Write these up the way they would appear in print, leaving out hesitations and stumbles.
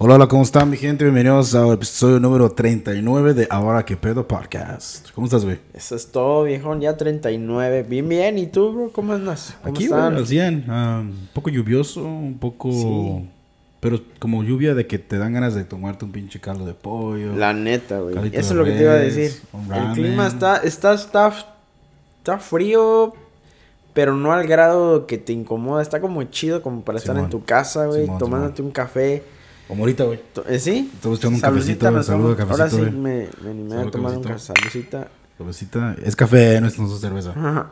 Hola, hola, ¿cómo están mi gente? Bienvenidos al episodio número 39 de Ahora que Pedo Podcast. ¿Cómo estás, güey? Eso es todo, viejón, ya 39. Bien, bien. ¿Y tú, bro? ¿Cómo andas? ¿Cómo Aquí, güey, están? al 100. Un poco lluvioso, un poco... Sí, Pero como lluvia de que te dan ganas de tomarte un pinche caldo de pollo, la neta, güey. caldito Eso de es lo que te iba a res, decir. un El ramen. clima está frío, pero no al grado que te incomoda. Está como chido como para estar en Simón, tu casa, güey, Simón, tomándote un café. Como ahorita, güey. ¿Sí? Estamos echando un Saludcita, cafecito, nos saludo, tomamos. cafecito, Ahora sí güey. me animé Salud, a tomar un cafecito. saludcita. Cafecita. Es café, no es cerveza. Ajá.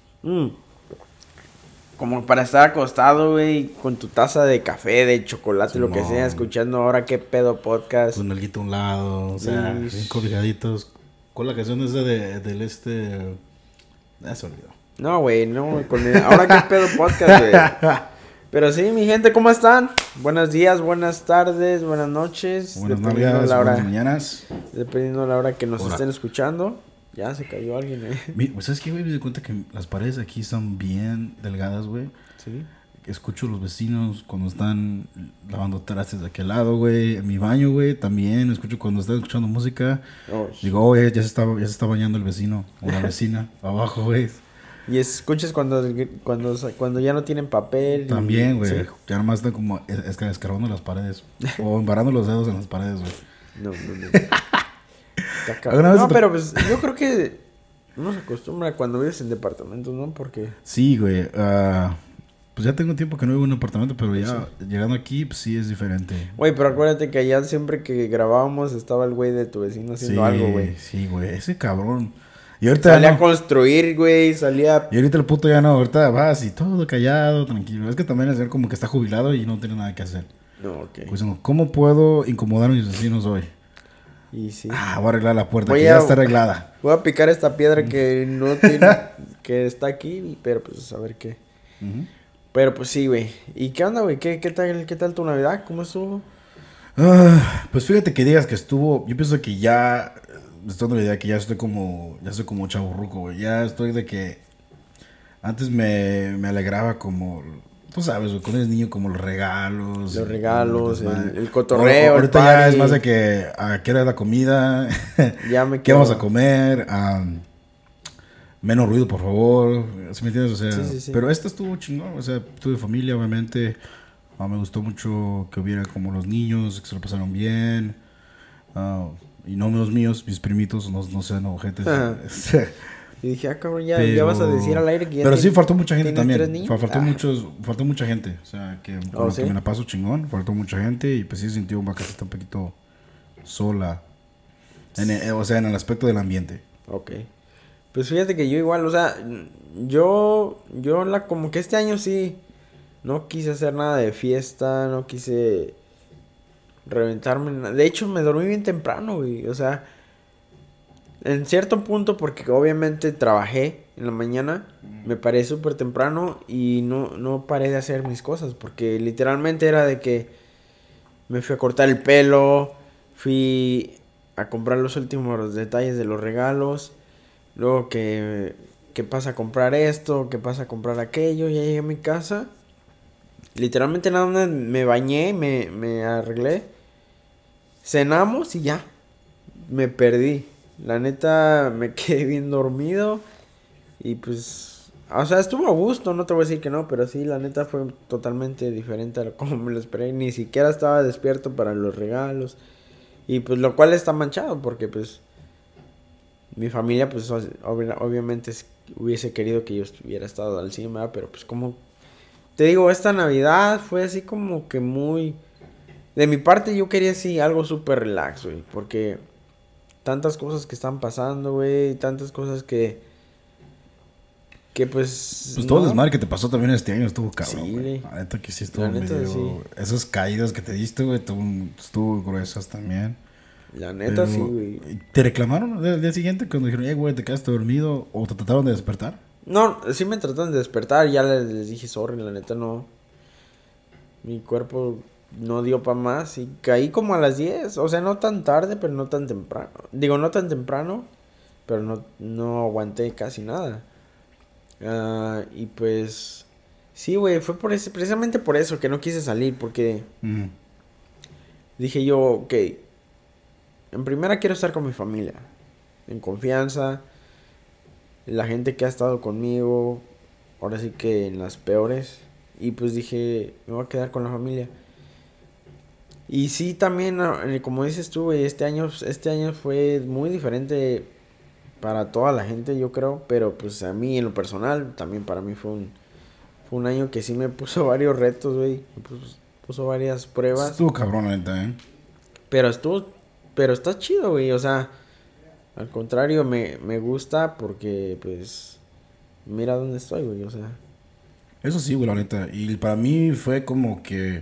Como para estar acostado, güey, con tu taza de café, de chocolate, lo que Simón. sea, escuchando Ahora qué pedo podcast. Tu nalguita a un lado, o sea, Sí. bien cobijaditos. ¿Cuál la canción esa del este? Se olvidó. No, güey, no, con el Ahora qué pedo podcast, güey. Pero sí, mi gente, ¿cómo están? Buenos días, buenas tardes, buenas noches. Buenas dependiendo nalgas, la hora, buenas mañanas. dependiendo la hora que nos Hora. estén escuchando. Ya se cayó alguien, ¿Sabes qué, güey? Me di cuenta que las paredes aquí están bien delgadas, güey. Sí. Escucho a los vecinos cuando están lavando trastes de aquel lado, güey. En mi baño, güey, también. Escucho cuando están escuchando música. Oh, Digo, oye, ya se está bañando el vecino o la vecina abajo, güey. y escuchas cuando ya no tienen papel. También, güey. Sí. Ya nomás están como escarbando las paredes. O embarrando los dedos en las paredes, güey. No. Está cabrón. ¿Alguna vez No, te- pero pues yo creo que uno se acostumbra cuando vives en departamentos, ¿no? Porque Sí, güey. Pues ya tengo tiempo que no vivo en un apartamento, pero ya llegando aquí, pues sí es diferente. güey, pero acuérdate que allá siempre que grabábamos estaba el güey de tu vecino haciendo algo, güey. Sí, güey. Ese cabrón. Y ahorita Salía no. a construir, güey, salía... Y ahorita el puto ya no. Ahorita vas y todo callado, tranquilo. Es que también es como que está jubilado y no tiene nada que hacer. No, ok. Pues no, ¿cómo puedo incomodar a mis vecinos hoy? Y sí. Voy a arreglar la puerta, Voy que ya a- está arreglada. Voy a picar esta piedra que no tiene... que está aquí, pero pues a ver qué. Ujú. Pero pues sí, güey. ¿Y qué onda, güey? ¿Qué tal tu Navidad? ¿Cómo estuvo? Pues fíjate que digas que estuvo. Yo pienso que ya. Estoy dando la idea que ya soy como chaburruco, güey. Ya estoy de que. Antes me alegraba como. Tú sabes, güey, cuando eres niño, como los regalos. Los regalos, desmadre. el cotorreo, Ahorita el ya party. es más de que. ¿A qué hora es la comida? Ya me ¿Qué quedo... vamos a comer? Menos ruido, por favor. ¿Sí me entiendes? O sea, Sí. pero esta estuvo chingón. O sea, tuve familia, obviamente. Me gustó mucho que hubiera como los niños, que se lo pasaron bien. Y no los míos, mis primitos, no sean ojetes. Ajá. Y dije, cabrón, ya Pero- vas a decir al aire que ya Pero sí tienes- faltó mucha gente ¿tienes tres también. niños? Faltó mucha gente. O sea, que con lo ¿sí? que me la paso chingón. Faltó mucha gente y pues sí sentí una casita un poquito sola. O sea, en el aspecto del ambiente. Ok. Pues fíjate que yo igual, o sea, como que este año sí, no quise hacer nada de fiesta, no quise reventarme. De hecho, me dormí bien temprano, güey. O sea, en cierto punto, porque obviamente trabajé en la mañana, me paré súper temprano y no paré de hacer mis cosas, porque literalmente era de que me fui a cortar el pelo, fui a comprar los últimos detalles de los regalos. Luego que pasa a comprar esto, que pasa a comprar aquello, ya llegué a mi casa. Literalmente nada más me bañé, me arreglé. Cenamos y ya. Me perdí. La neta me quedé bien dormido. Y pues... O sea, estuvo a gusto, no te voy a decir que no, pero sí, la neta fue totalmente diferente a como me lo esperé. Ni siquiera estaba despierto para los regalos. Y pues lo cual está manchado porque pues... Mi familia, pues, obviamente hubiese querido que yo hubiera estado al 100, ¿verdad? Pero, pues, como... Te digo, esta Navidad fue así como que muy... De mi parte, yo quería, sí, algo súper relax, güey. Porque tantas cosas que están pasando, güey. Tantas cosas que... pues... Pues todo el no. desmadre que te pasó también este año estuvo cabrón, Sí, güey. güey. La neta que sí estuvo La neta, medio... sí. Esas caídas que te diste, güey, estuvo gruesas también. La neta, Pero, sí, güey. ¿te reclamaron al día siguiente cuando dijeron, güey, te quedaste dormido? ¿O te trataron de despertar? No, sí me trataron de despertar. Ya les dije, sorry, la neta, no. Mi cuerpo no dio para más y caí como a las 10. O sea, no tan tarde, pero no tan temprano. Digo, no tan temprano, pero no aguanté casi nada. Y pues... Sí, güey, fue precisamente por eso que no quise salir, porque... dije yo, ok, en primera quiero estar con mi familia, en confianza, la gente que ha estado conmigo, ahora sí que en las peores, y pues dije, me voy a quedar con la familia. Y sí, también, como dices tú, güey, este año fue muy diferente para toda la gente, yo creo, pero pues a mí en lo personal, también para mí fue un año que sí me puso varios retos, güey, puso varias pruebas. Estuvo cabrón, la neta, ¿eh? Pero está chido, güey, o sea, al contrario, me gusta porque, pues, mira dónde estoy, güey, o sea. Eso sí, güey, la neta. Y para mí fue como que...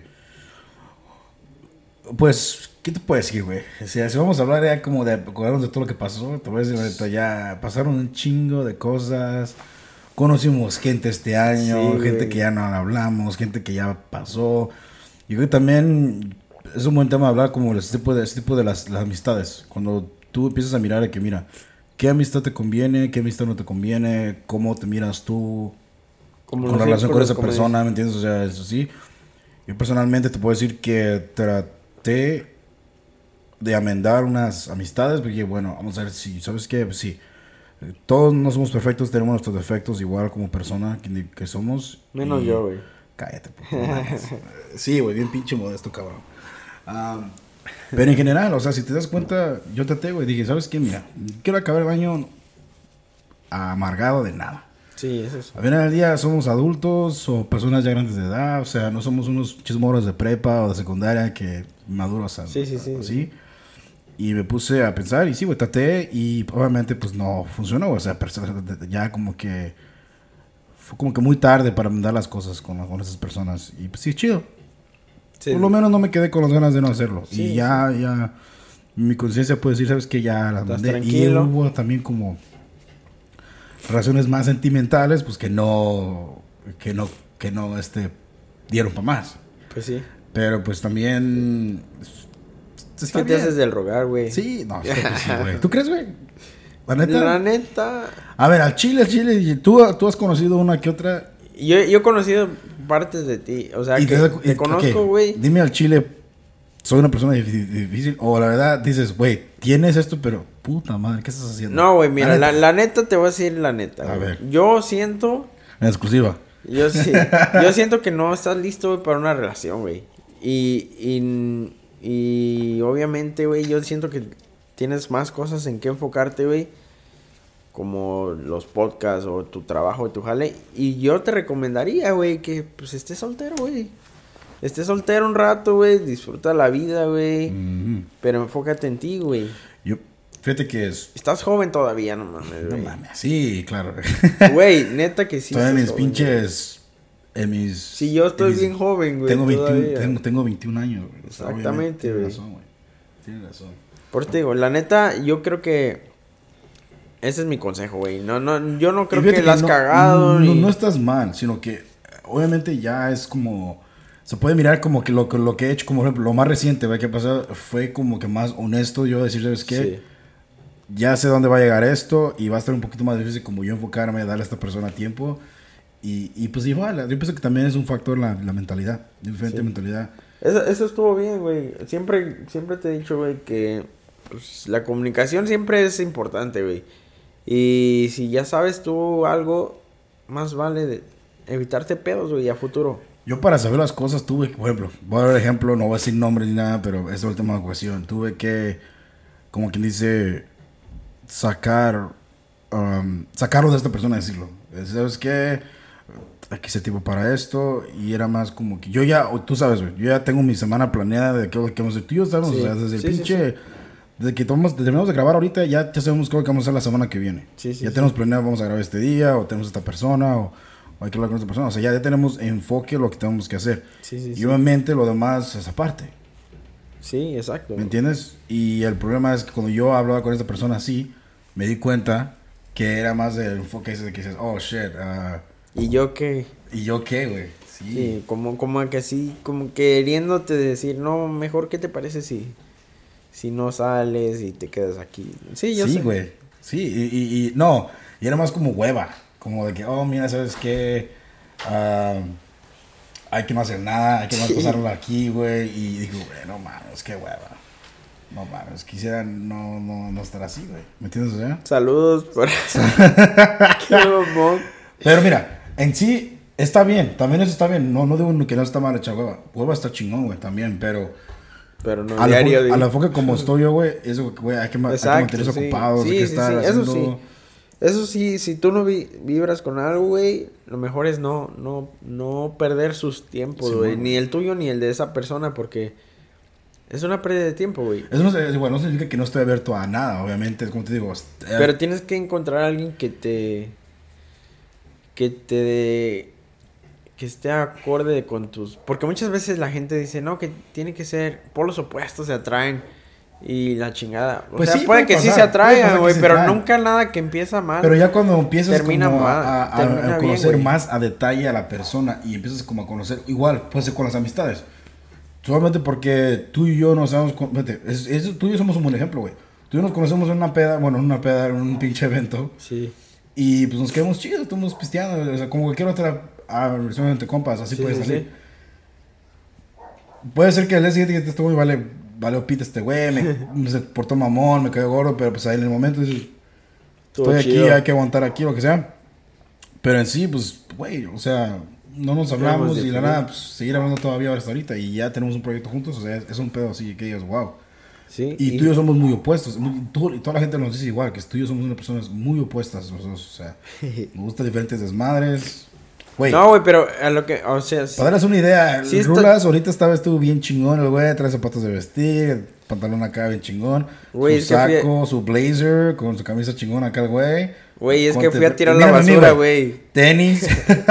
Pues, ¿qué te puedo decir, güey? O sea, si vamos a hablar ya como de acordarnos de todo lo que pasó, te voy a decir, la neta, ya pasaron un chingo de cosas. Conocimos gente este año, Sí, gente güey. que ya no hablamos, gente que ya pasó. Y creo que también es un buen tema hablar como ese tipo de las amistades. Cuando tú empiezas a mirar de que, mira, qué amistad te conviene, qué amistad no te conviene, cómo te miras tú Como con los relación con círculos, esa como persona, ¿me entiendes? O sea, eso sí. Yo personalmente te puedo decir que traté de amendar unas amistades, porque bueno, vamos a ver si, ¿sabes qué? Pues sí, todos no somos perfectos, tenemos nuestros defectos igual como persona que somos. menos Y yo, güey. cállate, por favor. Sí, güey, bien pinche modesto, cabrón. Am, pero en general, o sea, si te das cuenta, yo traté, güey, dije, ¿sabes qué? Mira, quiero acabar el año amargado de nada. Sí, es eso. Al final del día somos adultos o personas ya grandes de edad, o sea, no somos unos chismoros de prepa o de secundaria que maduros Sí. así. Y me puse a pensar y sí, güey, traté y obviamente pues no funcionó, o sea, ya como que fue como que muy tarde para mandar las cosas con esas personas y pues sí, chido. Sí, Por lo menos no me quedé con las ganas de no hacerlo. Sí, Y ya mi conciencia puede decir, ¿sabes qué? Ya las Estás mandé. tranquilo. Y hubo también como razones más sentimentales, pues que no, dieron para más. Pues sí. Pero pues también Es que te haces del rogar, güey. Sí, no, es que sí, güey. ¿Tú crees, güey? La neta. La neta. A ver, al Chile, y tú has conocido una que otra. Yo he conocido partes de ti. O sea, Y que te conozco, ok, güey. dime al Chile, soy una persona difícil. O la verdad dices, güey, tienes esto, pero puta madre, ¿qué estás haciendo? No, güey, mira, la neta te voy a decir la neta. A güey. ver. Yo siento. En exclusiva. Yo siento que no estás listo, güey, para una relación, güey. Y obviamente, güey, yo siento que tienes más cosas en que enfocarte, güey. Como los podcasts o tu trabajo, tu jale. Y yo te recomendaría, güey, que pues estés soltero, güey. Estés soltero un rato, güey. Disfruta la vida, güey. Mhm. Pero enfócate en ti, güey. Yo, fíjate que es. Estás joven todavía, no mames, No güey. mames, sí, claro. Güey, neta que sí. Estoy en estás mis joven, güey. pinches. En mis. Sí, yo estoy en mis- bien joven, güey. Tengo 21, todavía. tengo 21 años, güey. O sea, Exactamente, obviamente, tienes güey. razón, güey. Tienes razón. Por eso te digo, la neta, yo creo que ese es mi consejo, güey. Yo no creo Y fíjate que la has no, cagado no, ni... no estás mal, sino que obviamente ya es como. Se puede mirar como que lo que he hecho, como por ejemplo, lo más reciente, ¿ve? Que pasó fue como que más honesto yo decir, ¿sabes qué? Sí. Ya sé dónde va a llegar esto y va a estar un poquito más difícil como yo enfocarme, darle a esta persona tiempo. Y pues igual, yo pienso que también es un factor la mentalidad, diferente Sí. mentalidad. Eso estuvo bien, güey. Siempre te he dicho, güey, que pues, la comunicación siempre es importante, güey. Y si ya sabes tú algo, más vale evitarte pedos, güey, a futuro. Yo para saber las cosas tuve, por ejemplo, voy a dar ejemplo, no voy a decir nombres ni nada, pero esa última ocasión tuve que, como quien dice, sacarlo de esta persona, decirlo. ¿Sabes qué? Aquí se tipo para esto y era más como que yo ya, tú sabes, güey, yo ya tengo mi semana planeada de qué es lo que vamos a hacer. Tú y yo sabemos, Sí. o sea, desde el Sí, sí, pinche, desde que terminamos de grabar ahorita, ya sabemos qué es lo que vamos a hacer la semana que viene. Sí, sí, Ya sí. tenemos planeado, vamos a grabar este día, o tenemos esta persona, o hay que hablar con esta persona. O sea, ya tenemos enfoque lo que tenemos que hacer. Sí, sí, Y sí. obviamente lo demás es aparte. Sí, exacto. ¿Me entiendes? Y el problema es que cuando yo hablaba con esta persona así, me di cuenta que era más del enfoque ese de que dices, oh shit, ¿Y yo qué? ¿y yo qué, güey? Sí. Sí, como que así, como queriéndote decir, no, mejor, ¿qué te parece si no sales y te quedas aquí? Sí, yo Sí, sé. güey. Sí, y no, y era más como hueva. Como de que, oh, mira, ¿sabes qué? hay que no hacer nada, hay que no pasarlo aquí, güey. Y digo, güey, no mames, qué hueva. No mames, quisiera no estar así, güey. ¿Me entiendes? O sea? Saludos por... Qué mamón. Pero mira, en sí está bien, también eso está bien. No digo que no está mal echar hueva. Hueva está chingón, güey, también, pero no a diario, a la enfoque como estoy yo, güey, eso, güey, hay que mantenerse ocupados, hay que estar haciendo... Eso sí, si tú no vibras con algo, güey, lo mejor es no perder sus tiempos, güey. Sí, ni el tuyo ni el de esa persona, porque es una pérdida de tiempo, güey. Eso no significa que no estoy abierto a nada, obviamente, como te digo. Pero tienes que encontrar a alguien que esté acorde con tus... Porque muchas veces la gente dice, no, que tiene que ser polos opuestos, se atraen. Y la chingada. O pues sea, sí, puede que sí se atraigan, güey, pero atraen. Nunca nada que empieza mal. Pero ya cuando empiezas termina como mal, a conocer bien, más a detalle a la persona y empiezas como a conocer, igual, puede ser con las amistades. Solamente porque tú y yo nos sabemos, tú y yo somos un buen ejemplo, güey. Tú y yo nos conocemos en una peda, en un pinche evento. Sí. Y pues nos quedamos chidos, estamos pisteando, o sea, como cualquier otra versión entre compas, así puede salir. Sí. Puede ser que al día siguiente este güey vale pita este güey, se portó mamón, me cayó gordo, pero pues ahí en el momento dices, estoy aquí, hay que aguantar aquí, lo que sea. Pero en sí, pues, güey, o sea, no nos hablamos y la nada, pues, seguir hablando todavía hasta ahorita y ya tenemos un proyecto juntos, o sea, es un pedo así que digas, wow. Sí, y tú y yo somos muy opuestos, y toda la gente nos dice igual, que tú y yo somos unas personas muy opuestas, o sea, nos gustan diferentes desmadres. Wey. No, güey, pero a lo que, o sea... Para darles una idea, sí Rulas ahorita estuvo bien chingón, el güey, trae zapatos de vestir, pantalón acá bien chingón, wey, su saco, su blazer, con su camisa chingón acá el güey. Güey, es que fui a tirar la basura, güey. Tenis,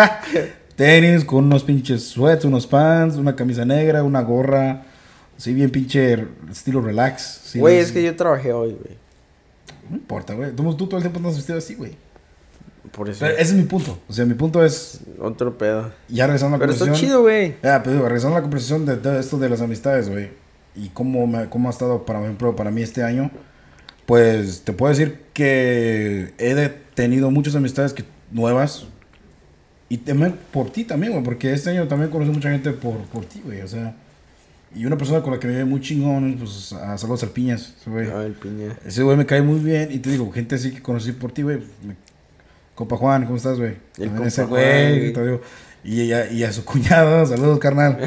tenis con unos pinches sweats, unos pants, una camisa negra, una gorra, así bien pinche estilo relax. Güey, es que yo trabajé hoy, güey. No importa, güey, tú todo el tiempo andas vestido así, güey. Por eso. Pero ese es mi punto. O sea, mi punto es... Otro pedo. Ya regresando a la conversación. Pero está chido, güey. Ya, pero regresando a la conversación de esto de las amistades, güey. Y cómo ha estado, por ejemplo, para mí este año. Pues, te puedo decir que he tenido muchas amistades nuevas. Y también por ti también, güey. Porque este año también conocí mucha gente por ti, güey. O sea... Y una persona con la que me llevé muy chingón, pues, saludos al Piñas. El Piña. Ese güey me cae muy bien. Y te digo, gente así que conocí por ti, güey. Compa Juan, ¿cómo estás, güey? El compa ese güey, y a su cuñado, saludos, carnal.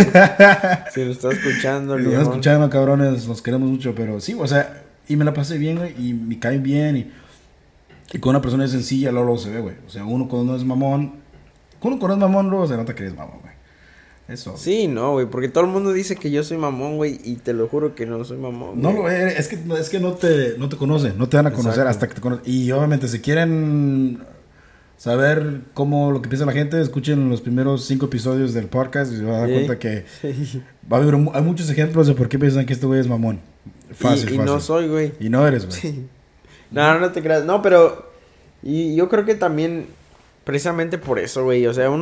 Si lo está escuchando, si lo está escuchando, cabrones, nos queremos mucho, pero sí, o sea, y me la pasé bien, güey, y me cae bien, y con una persona es sencilla, luego se ve, güey. O sea, uno cuando no es mamón, luego se nota que eres mamón, güey. Eso. Sí, no, güey, porque todo el mundo dice que yo soy mamón, güey, y te lo juro que no soy mamón. No lo eres, es que no te conocen, no te van a conocer. Exacto. Hasta que te conocen. Y obviamente si quieren saber cómo lo que piensa la gente, escuchen los primeros 5 episodios del podcast y se van a dar cuenta que va a haber hay muchos ejemplos de por qué piensan que este güey es mamón. Fácil. Y no soy, güey. Y no eres, güey. Sí. No te creas. No, pero y yo creo que también precisamente por eso, güey, o sea,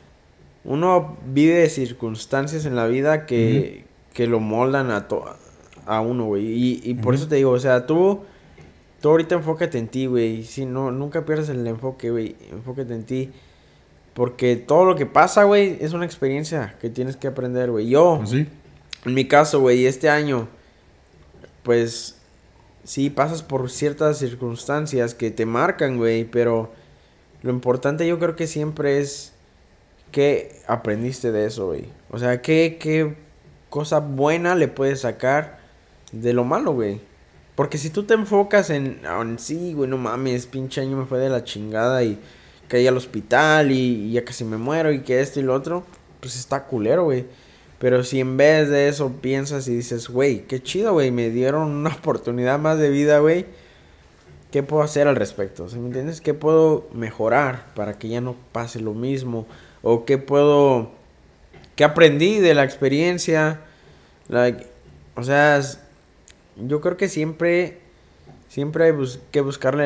uno vive de circunstancias en la vida que lo moldan a uno, güey. Y por eso te digo, o sea, tú ahorita enfócate en ti, güey. Si no, nunca pierdas el enfoque, güey. Enfócate en ti. Porque todo lo que pasa, güey, es una experiencia que tienes que aprender, güey. Yo, ¿sí? En mi caso, güey, este año, pues, sí, pasas por ciertas circunstancias que te marcan, güey. Pero lo importante yo creo que siempre es... ¿qué aprendiste de eso, güey? O sea, ¿qué cosa buena le puedes sacar de lo malo, güey? Porque si tú te enfocas en sí, güey, no mames, pinche año me fue de la chingada y caí al hospital y ya casi me muero y que esto y lo otro, pues está culero, güey. Pero si en vez de eso piensas y dices, güey, qué chido, güey, me dieron una oportunidad más de vida, güey, ¿qué puedo hacer al respecto? ¿Sí me entiendes? ¿Qué puedo mejorar para que ya no pase lo mismo? O qué aprendí de la experiencia. O sea, yo creo que siempre hay que buscarle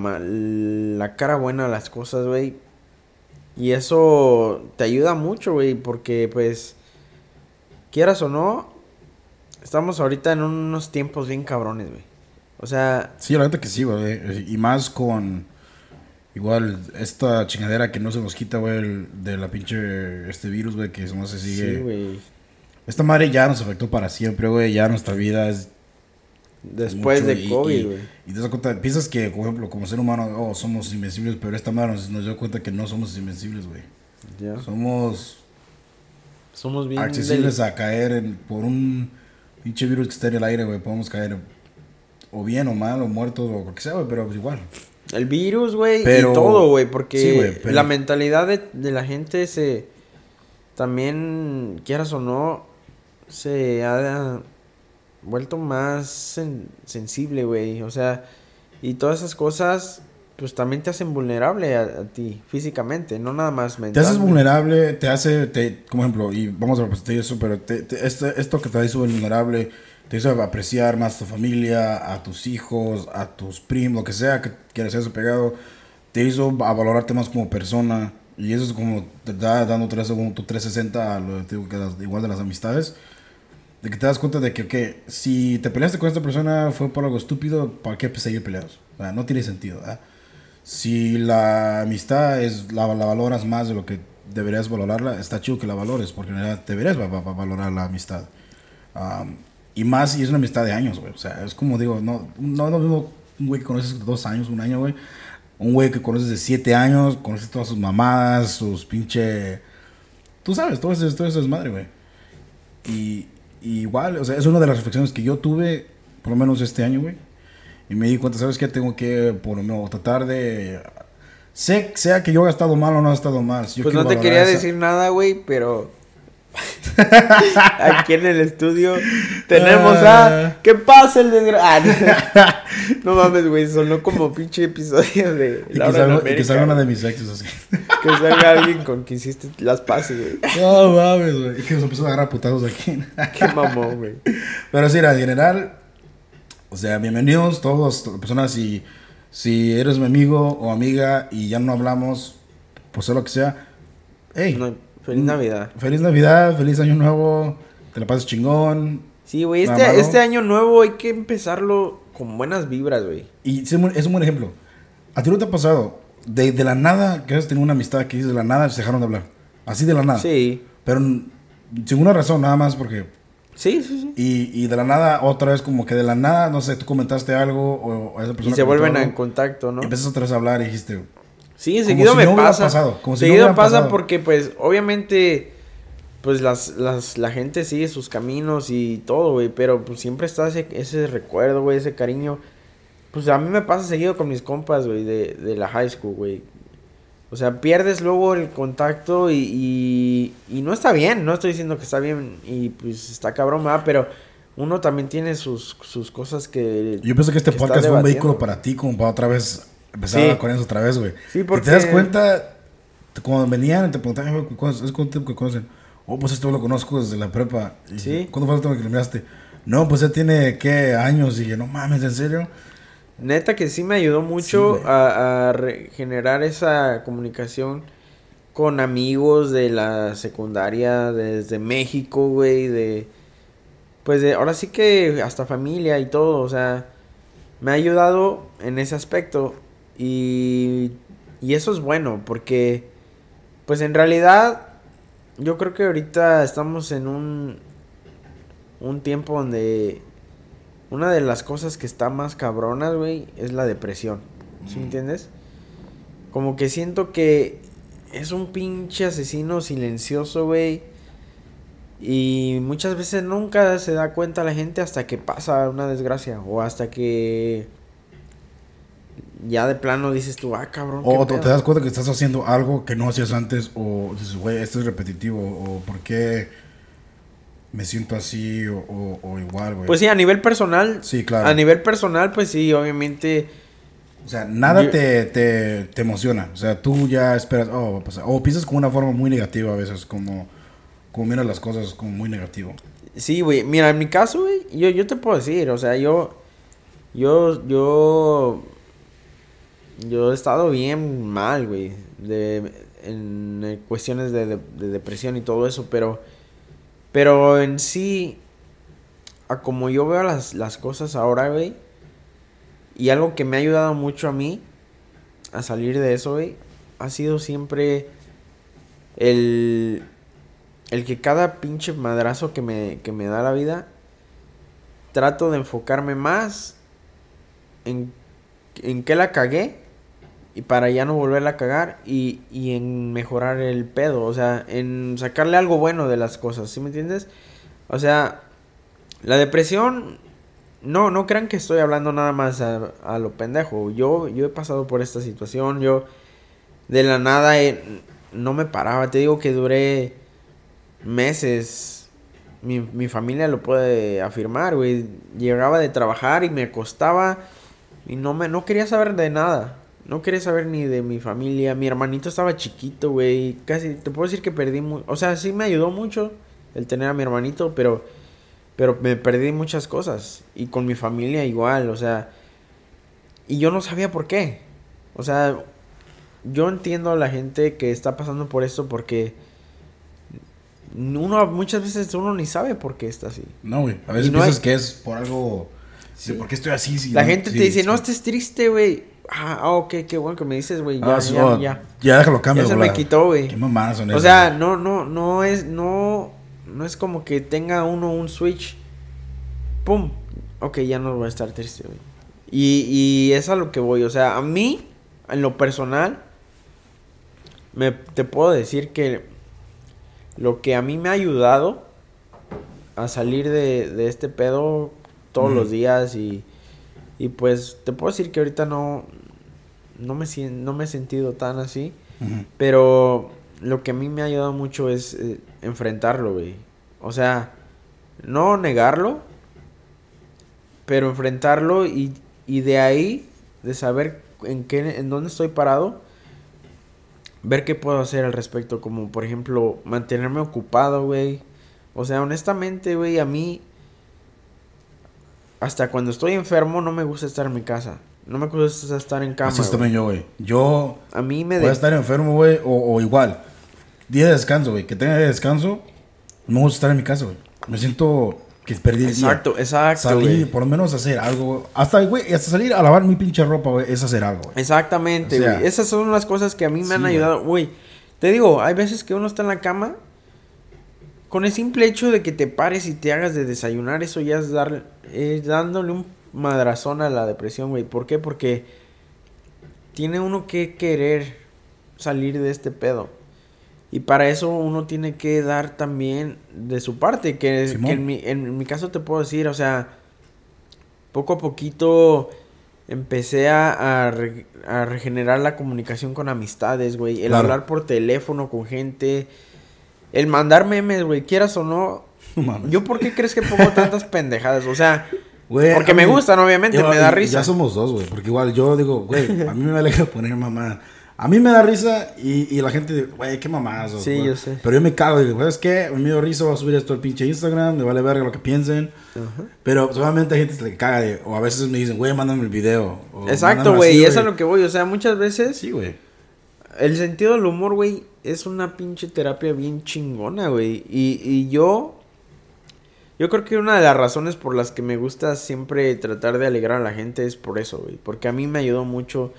la cara buena a las cosas, güey. Y eso te ayuda mucho, güey, porque pues, quieras o no, estamos ahorita en unos tiempos bien cabrones, güey. O sea... Sí, la verdad que sí, güey. Y más con Igual, esta chingadera que no se nos quita, güey, de la pinche, este virus, güey, que no se sigue. Sí, güey. Esta madre ya nos afectó para siempre, güey, ya nuestra vida es Después mucho, de COVID, güey. y te das cuenta, piensas que, por ejemplo, como ser humano, oh, somos invencibles, pero esta madre nos dio cuenta que no somos invencibles, güey. Ya. Somos bien accesibles a caer por un pinche virus que está en el aire, güey, podemos caer o bien o mal, o muertos, o lo que sea, güey, pero pues igual. El virus, güey, y Pero- todo, güey, porque sí, güey, pero- la mentalidad de la gente también, quieras o no, se ha vuelto más sensible, güey, o sea, y todas esas cosas, pues también te hacen vulnerable a ti, físicamente, no nada más Te mentalmente. haces vulnerable, como ejemplo, y vamos a repetir eso, pero esto que te hace vulnerable, te hizo apreciar más a tu familia, a tus hijos, a tus primos, lo que sea que quieras ser pegado, te hizo a valorarte más como persona, y eso es como te da dando como tu 360 a lo te digo, igual de las amistades, de que te das cuenta de que, ok, si te peleaste con esta persona fue por algo estúpido, ¿para qué seguir peleados? O sea, no tiene sentido, ¿verdad? Si la amistad la valoras más de lo que deberías valorarla, está chido que la valores, porque en realidad deberías valorar la amistad. Y más si es una amistad de años, güey. O sea, es como digo, no mismo un güey que conoces de 2 años, un año, güey. Un güey que conoces de 7 años, conoces todas sus mamadas, sus pinche... Tú sabes, todo eso es madre, güey. Y igual, o sea, es una de las reflexiones que yo tuve, por lo menos este año, güey. Y me di cuenta, ¿sabes qué? Tengo que, por lo menos, tratar de... Sea que yo haya estado mal o no he estado mal. Si yo Pues quiero no te valorar quería decir nada, güey, pero aquí en el estudio tenemos a... ¿Qué pasa el desgraciado? No mames, güey, sonó como pinche episodio de Y Laura en y América, que salga una güey. de mis exes así. Que salga alguien con quien hiciste las pases, güey. No mames, güey. Y que nos empezó a agarrar putazos aquí. Qué mamón, güey. Pero sí, en general, o sea, bienvenidos todos, personas. Si eres mi amigo o amiga y ya no hablamos, pues sea lo que sea. Hey, No, feliz Navidad. feliz Navidad, feliz Año Nuevo. Te la pases chingón. Sí, güey, Nada malo. este año nuevo hay que empezarlo con buenas vibras, güey. Y es un buen ejemplo. ¿A ti no te ha pasado de la nada que has tenido una amistad que dices de la nada se dejaron de hablar? Así de la nada. Sí. Pero sin una razón, nada más porque... Sí, sí, sí. Y de la nada, otra vez como que de la nada, no sé, tú comentaste algo o esa persona Y se comentó vuelven algo, en contacto, ¿no? y empiezas otra vez a hablar y dijiste... Sí, como seguido si me no hubiera pasa. pasado, como si no Seguido hubiera pasa pasado. porque, pues, obviamente, pues la gente sigue sus caminos y todo, güey. Pero pues siempre está ese recuerdo, güey, ese cariño. Pues a mí me pasa seguido con mis compas, güey, de la high school, güey. O sea, pierdes luego el contacto y no está bien. No estoy diciendo que está bien y pues está cabrón, ¿verdad? Pero uno también tiene sus cosas que... Yo pienso que este que está podcast fue un debatiendo. vehículo para ti, como para otra vez empezar Sí. con eso otra vez, güey. Sí, Y porque... te das cuenta, cuando venían, te preguntaban, "Güey, ¿es cuánto tiempo que conocen? Oh, pues esto lo conozco desde la prepa. Y, Sí. ¿cuándo fue el último que lo miraste? No, pues ya tiene, ¿qué? Años. Y yo, no mames, ¿en serio? Neta que sí me ayudó mucho Sí, güey. a generar esa comunicación con amigos de la secundaria desde México, güey, pues ahora sí que hasta familia y todo, o sea, me ha ayudado en ese aspecto y eso es bueno porque pues en realidad yo creo que ahorita estamos en un tiempo donde una de las cosas que está más cabronas, güey, es la depresión. ¿Sí me entiendes? Como que siento que es un pinche asesino silencioso, güey. Y muchas veces nunca se da cuenta la gente hasta que pasa una desgracia. O hasta que ya de plano dices tú, ah, cabrón. O ¿qué te pedo? das cuenta que estás haciendo algo que no hacías antes, o dices, güey, esto es repetitivo, o ¿por qué me siento así, o igual, güey? Pues sí, a nivel personal. Sí, claro. A nivel personal, pues sí, obviamente. O sea, nada Yo- te emociona. O sea, tú ya esperas, oh, va a pasar. O piensas como una forma muy negativa a veces, como miras las cosas como muy negativo. Sí, güey. Mira, en mi caso, güey, yo te puedo decir, o sea, yo he estado bien mal, güey, en cuestiones de depresión y todo eso, pero en sí, a como yo veo las cosas ahora, güey, y algo que me ha ayudado mucho a mí, a salir de eso, güey, ha sido siempre el que cada pinche madrazo que me da la vida, trato de enfocarme más en qué la cagué y para ya no volverla a cagar y en mejorar el pedo, o sea, en sacarle algo bueno de las cosas, ¿sí me entiendes? O sea, la depresión, no crean que estoy hablando nada más a lo pendejo. Yo he pasado por esta situación, yo de la nada no me paraba, te digo que duré meses. Mi familia lo puede afirmar, güey. Llegaba de trabajar y me acostaba y no quería saber de nada. No quería saber ni de mi familia. Mi hermanito estaba chiquito, güey. Casi, te puedo decir que perdí o sea, sí me ayudó mucho el tener a mi hermanito, pero me perdí muchas cosas. Y con mi familia igual, o sea. Y yo no sabía por qué. O sea, yo entiendo a la gente que está pasando por esto porque muchas veces uno ni sabe por qué está así. No, güey. A veces piensas que es por algo. Sí. ¿Por qué estoy así? Si la gente te dice, no estés triste, güey. Ok, qué bueno que me dices, güey. Ya. Ya déjalo cambio, ya se me quitó, güey. Qué mamadas son esas. O sea, no es como que tenga uno un switch. Pum. Ok, ya no voy a estar triste, güey. Y es a lo que voy. O sea, a mí, en lo personal, te puedo decir que lo que a mí me ha ayudado a salir de este pedo todos los días y pues te puedo decir que ahorita no me he sentido tan así, pero lo que a mí me ha ayudado mucho es enfrentarlo, güey. O sea, no negarlo, pero enfrentarlo y de ahí, de saber en dónde estoy parado, ver qué puedo hacer al respecto, como por ejemplo, mantenerme ocupado, güey. O sea, honestamente, güey, a mí, hasta cuando estoy enfermo, no me gusta estar en mi casa. No me gusta estar en cama. Así es también yo, güey. Yo a mí voy a estar enfermo, güey, o igual. Día de descanso, güey. Que tenga día de descanso, no me gusta estar en mi casa, güey. Me siento que perdí el día. Exacto. Salir, por lo menos hacer algo, güey. Hasta salir a lavar mi pinche ropa, güey, es hacer algo, güey. Exactamente, güey. O sea, esas son las cosas que a mí me han ayudado, güey. Te digo, hay veces que uno está en la cama, con el simple hecho de que te pares y te hagas de desayunar, eso ya es dándole un madrazón a la depresión, güey. ¿Por qué? Porque tiene uno que querer salir de este pedo. Y para eso uno tiene que dar también de su parte. Que en mi caso te puedo decir, o sea, poco a poquito empecé a regenerar la comunicación con amistades, güey. El hablar por teléfono con gente. El mandar memes, güey, quieras o no. ¿Yo por qué crees que pongo tantas pendejadas? O sea, güey, porque me gustan, obviamente, me da risa. Ya somos dos, güey, porque igual yo digo, güey, a mí me alegra poner mamá. A mí me da risa y la gente, güey, qué mamazo. Sí, güey. Yo sé. Pero yo me cago, digo, ¿sabes qué? Me dio risa, voy a subir esto al pinche Instagram, me vale verga lo que piensen. Pero solamente hay gente que se le caga, o a veces me dicen, güey, mándame el video. Exacto, güey, y eso es a lo que voy. O sea, muchas veces. Sí, güey. El sentido del humor, güey, es una pinche terapia bien chingona, güey. Y yo creo que una de las razones por las que me gusta siempre tratar de alegrar a la gente es por eso, güey. Porque a mí me ayudó mucho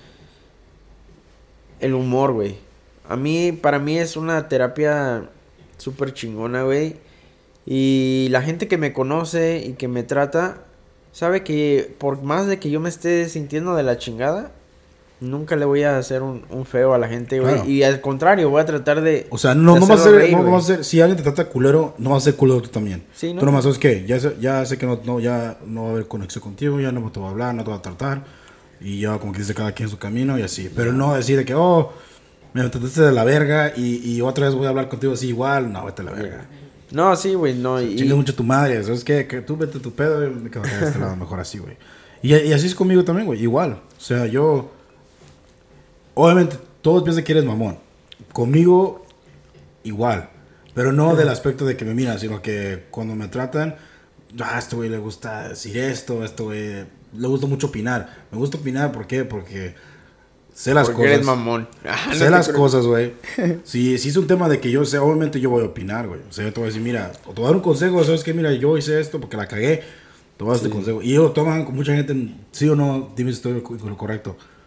el humor, güey. Para mí es una terapia súper chingona, güey. Y la gente que me conoce y que me trata, sabe que por más de que yo me esté sintiendo de la chingada, nunca le voy a hacer un feo a la gente, güey. Claro. Y al contrario, voy a tratar de. O sea, no va a ser. Si alguien te trata culero, no va a ser culero tú también. Sí, ¿no? Tú nomás sabes que ya sé que ya no va a haber conexión contigo, ya no te va a hablar, no te va a tratar. Y ya como que dice cada quien su camino y así. Pero no decir de que, me trataste de la verga y otra vez voy a hablar contigo así igual. No, vete a la verga. No, sí, güey, no. O sea, chingue mucho tu madre. ¿Sabes qué? Que tú vete tu pedo y me quedo de este lado mejor así, güey. Y así es conmigo también, güey. Igual. O sea, yo. Obviamente, todos piensan que eres mamón. Conmigo, igual. Pero no del aspecto de que me miran, sino que cuando me tratan, a este güey le gusta decir esto, a este güey le gusta mucho opinar. Me gusta opinar, ¿por qué? Porque sé las cosas. Eres mamón. Sé las cosas, güey. Si es un tema de que yo sé, obviamente yo voy a opinar, güey. O sea, yo te voy a decir, mira, o te voy a dar un consejo, ¿sabes qué? Mira, yo hice esto porque la cagué. Te voy a dar este consejo. Y ellos lo toman con mucha gente, sí o no, dime si estoy con lo correcto.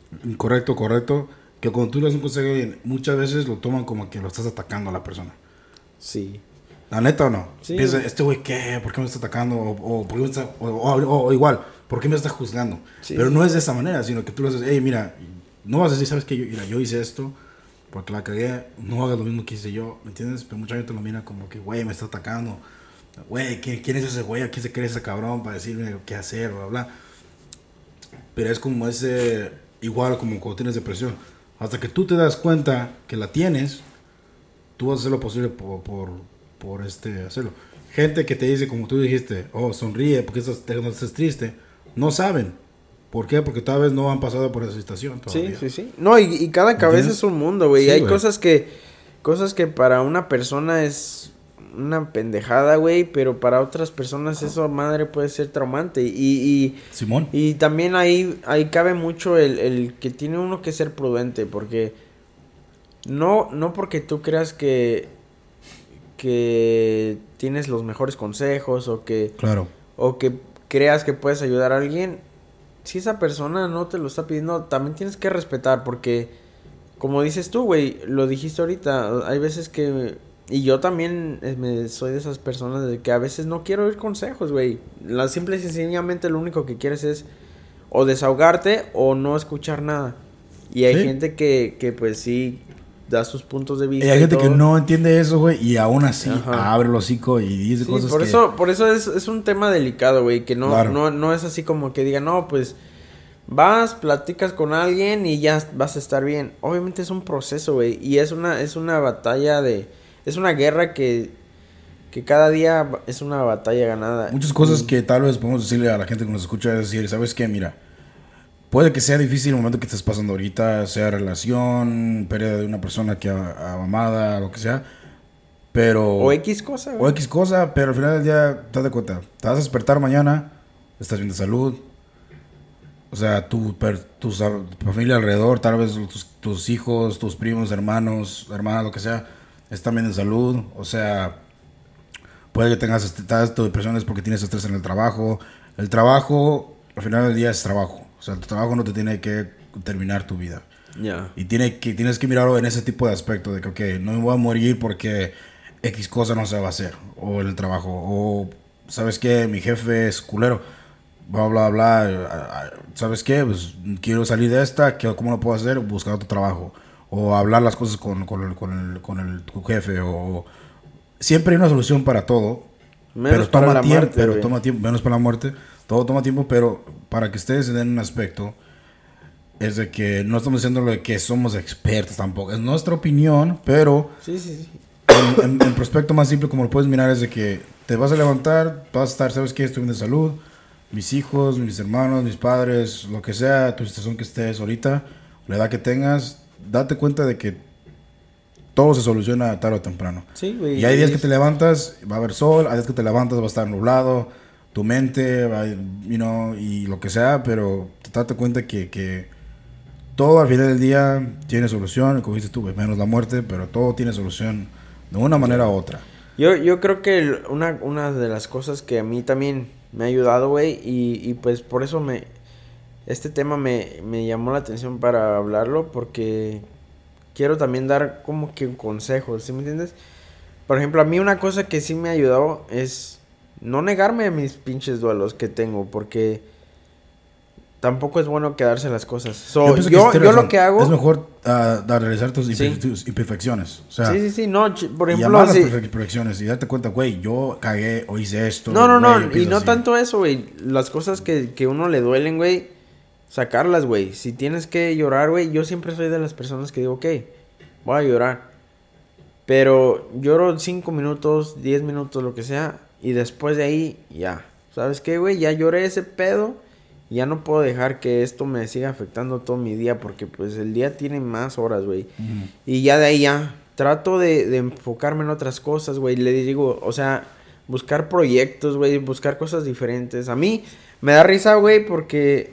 Correcto, correcto. Que cuando tú le das un consejo a alguien, muchas veces lo toman como que lo estás atacando a la persona. Sí. ¿La neta o no? Sí. Piensa, este güey, ¿qué? ¿Por qué me está atacando? O, ¿por qué me está, o igual, ¿por qué me está juzgando? Sí, Pero sí. no es de esa manera, sino que tú le dices, hey, mira, no vas a decir, ¿sabes qué? Mira, yo hice esto porque la cagué, no hagas lo mismo que hice yo, ¿me entiendes? Pero mucha gente lo mira como que, güey, me está atacando. Güey, ¿quién es ese güey? ¿A quién se cree ese cabrón para decirme qué hacer, bla, bla? Pero es como ese, igual como cuando tienes depresión. Hasta que tú te das cuenta que la tienes, tú vas a hacer lo posible por hacerlo. Gente que te dice, como tú dijiste, oh, sonríe porque no estás triste, no saben. ¿Por qué? Porque tal vez no han pasado por esa situación todavía. Sí, sí, sí. No, y cada cabeza es un mundo, güey. Sí, Hay güey. cosas que para una persona es una pendejada, güey, pero para otras personas eso, madre, puede ser traumante. Simón. Y también ahí cabe mucho el que tiene uno que ser prudente, porque no porque tú creas que tienes los mejores consejos Claro. o que creas que puedes ayudar a alguien, si esa persona no te lo está pidiendo, también tienes que respetar, porque como dices tú, güey, lo dijiste ahorita, hay veces que, y yo también soy de esas personas de que a veces no quiero oír consejos, güey. Simple y sencillamente lo único que quieres es o desahogarte o no escuchar nada. Y hay Sí. gente que pues sí da sus puntos de Y vista. hay gente todo. que no entiende eso, güey, y aún así Ajá. abre el hocico y dice Sí, cosas por eso es un tema delicado, güey, que Claro. no es así como que diga, no, pues vas, platicas con alguien y ya vas a estar bien. Obviamente es un proceso, güey, y es una batalla es una guerra que cada día es una batalla ganada. Muchas cosas Y- que tal vez podemos decirle a la gente que nos escucha es decir, ¿sabes qué? Mira, puede que sea difícil el momento que estés pasando ahorita, sea relación, pérdida de una persona que amada, lo que sea, pero... o X cosa, O güey. X cosa, pero al final del día, te das cuenta, te vas a despertar mañana, estás bien de salud, o sea, tu familia alrededor, tal vez tus hijos, tus primos, hermanos, hermanas, lo que sea, están bien de salud, o sea, puede que tengas tu depresión es porque tienes estrés en el trabajo, al final del día es trabajo, o sea, tu trabajo no te tiene que terminar tu vida. Ya. Y tienes que mirarlo en ese tipo de aspecto, de que, ok, no me voy a morir porque X cosa no se va a hacer, o en el trabajo, o, ¿sabes qué? Mi jefe es culero, bla, bla, bla, ¿sabes qué? Pues quiero salir de esta, ¿cómo lo puedo hacer? Buscar otro trabajo, o hablar las cosas tu jefe, o... Siempre hay una solución para todo, Menos pero para toma la tiempo, muerte, güey. menos para la muerte, todo toma tiempo, pero para que ustedes se den un aspecto es de que no estamos diciendo lo de que somos expertos tampoco. Es nuestra opinión, pero Sí, sí, sí. en prospecto más simple como lo puedes mirar es de que te vas a levantar, vas a estar, ¿sabes qué? Estoy bien de salud, mis hijos, mis hermanos, mis padres, lo que sea, tu situación que estés ahorita, la edad que tengas, date cuenta de que todo se soluciona tarde o temprano. Sí, güey. Y hay días que te levantas, va a haber sol, hay días que te levantas, va a estar nublado, tu mente, y lo que sea, pero date cuenta que todo al final del día tiene solución, como dices tú, güey, menos la muerte, pero todo tiene solución de una manera u otra. Yo creo que una de las cosas que a mí también me ha ayudado, güey, y pues por eso este tema me llamó la atención para hablarlo, porque quiero también dar como que consejos, ¿sí me entiendes? Por ejemplo, a mí una cosa que sí me ha ayudado es no negarme a mis pinches duelos que tengo, porque tampoco es bueno quedarse las cosas. Pienso que sí Yo tienes lo razón. que hago... Es mejor realizar Sí. tus imperfecciones. O sea, Sí, sí, sí, no, por y ejemplo, amar las si... imperfecciones y darte cuenta, güey, yo cagué o hice esto. No, no, güey, no, y empieza no así. tanto eso, güey. Las cosas que uno le duelen, güey, sacarlas, güey. Si tienes que llorar, güey, yo siempre soy de las personas que digo, ok, voy a llorar. Pero lloro 5 minutos, 10 minutos, lo que sea, y después de ahí, ya. ¿Sabes qué, güey? Ya lloré ese pedo, y ya no puedo dejar que esto me siga afectando todo mi día, porque pues el día tiene más horas, güey. Ujú. Y ya de ahí ya, trato de enfocarme en otras cosas, güey. Le digo, o sea, buscar proyectos, güey, buscar cosas diferentes. A mí me da risa, güey, porque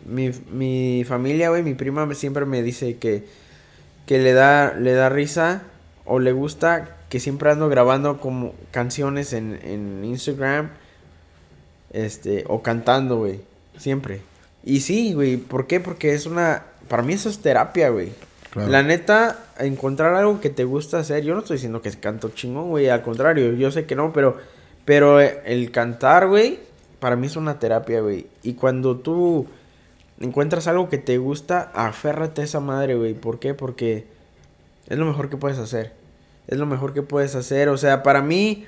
mi familia, güey, mi prima siempre me dice que le da risa o le gusta que siempre ando grabando como canciones en Instagram, o cantando, güey, siempre. Y sí, güey, ¿por qué? Porque es una para mí eso es terapia, güey. Claro. La neta, encontrar algo que te gusta hacer. Yo no estoy diciendo que canto chingón, güey. Al contrario, yo sé que no, pero el cantar, güey, para mí es una terapia, güey. Y cuando tú encuentras algo que te gusta, aférrate a esa madre, güey. ¿Por qué? Porque es lo mejor que puedes hacer. Es lo mejor que puedes hacer. O sea, para mí,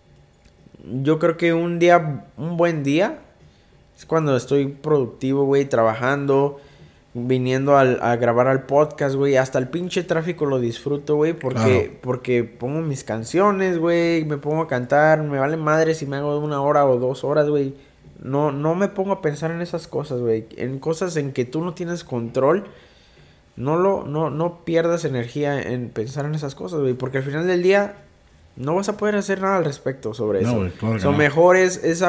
yo creo que un buen día, es cuando estoy productivo, güey, trabajando, viniendo a grabar al podcast, güey. Hasta el pinche tráfico lo disfruto, güey, porque pongo mis canciones, güey, me pongo a cantar, me vale madre si me hago 1 hora o 2 horas, güey. No me pongo a pensar en esas cosas, güey. En cosas en que tú no tienes control. No pierdas energía en pensar en esas cosas, güey. Porque al final del día no vas a poder hacer nada al respecto sobre eso. Güey, claro que Lo no. mejor es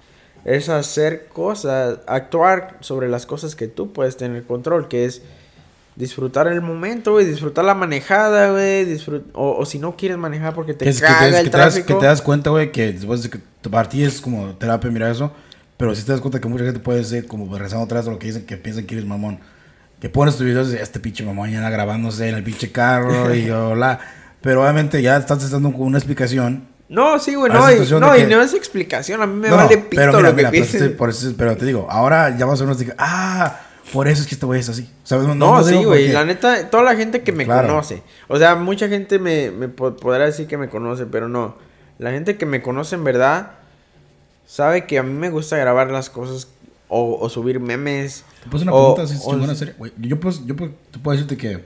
hacer cosas, actuar sobre las cosas que tú puedes tener control, que es disfrutar el momento, güey, disfrutar la manejada, güey, o si no quieres manejar porque te caga el tráfico. Que te das cuenta, güey, que después de que para ti es como terapia, mira eso, pero si te das cuenta que mucha gente puede ser como regresando atrás de lo que dicen, que piensan que eres mamón, que pones tus videos de este pinche mamón ya grabándose en el pinche carro y hola, pero obviamente ya estás dando una explicación. No, sí, güey, A esa situación de y que- no es explicación, a mí me No, vale pito pero lo que pero, piensen. pero te digo, ahora ya vas a ver unos que por eso es que este güey es así. ¿Sabes? No, sí, digo güey, porque- la neta, toda la gente que me Claro. conoce, o sea, mucha gente me podrá decir que me conoce, pero no, la gente que me conoce en verdad sabe que a mí me gusta grabar las cosas o subir memes. Te puse una o- pregunta así o- chingona, seria. Güey, te puedo decirte que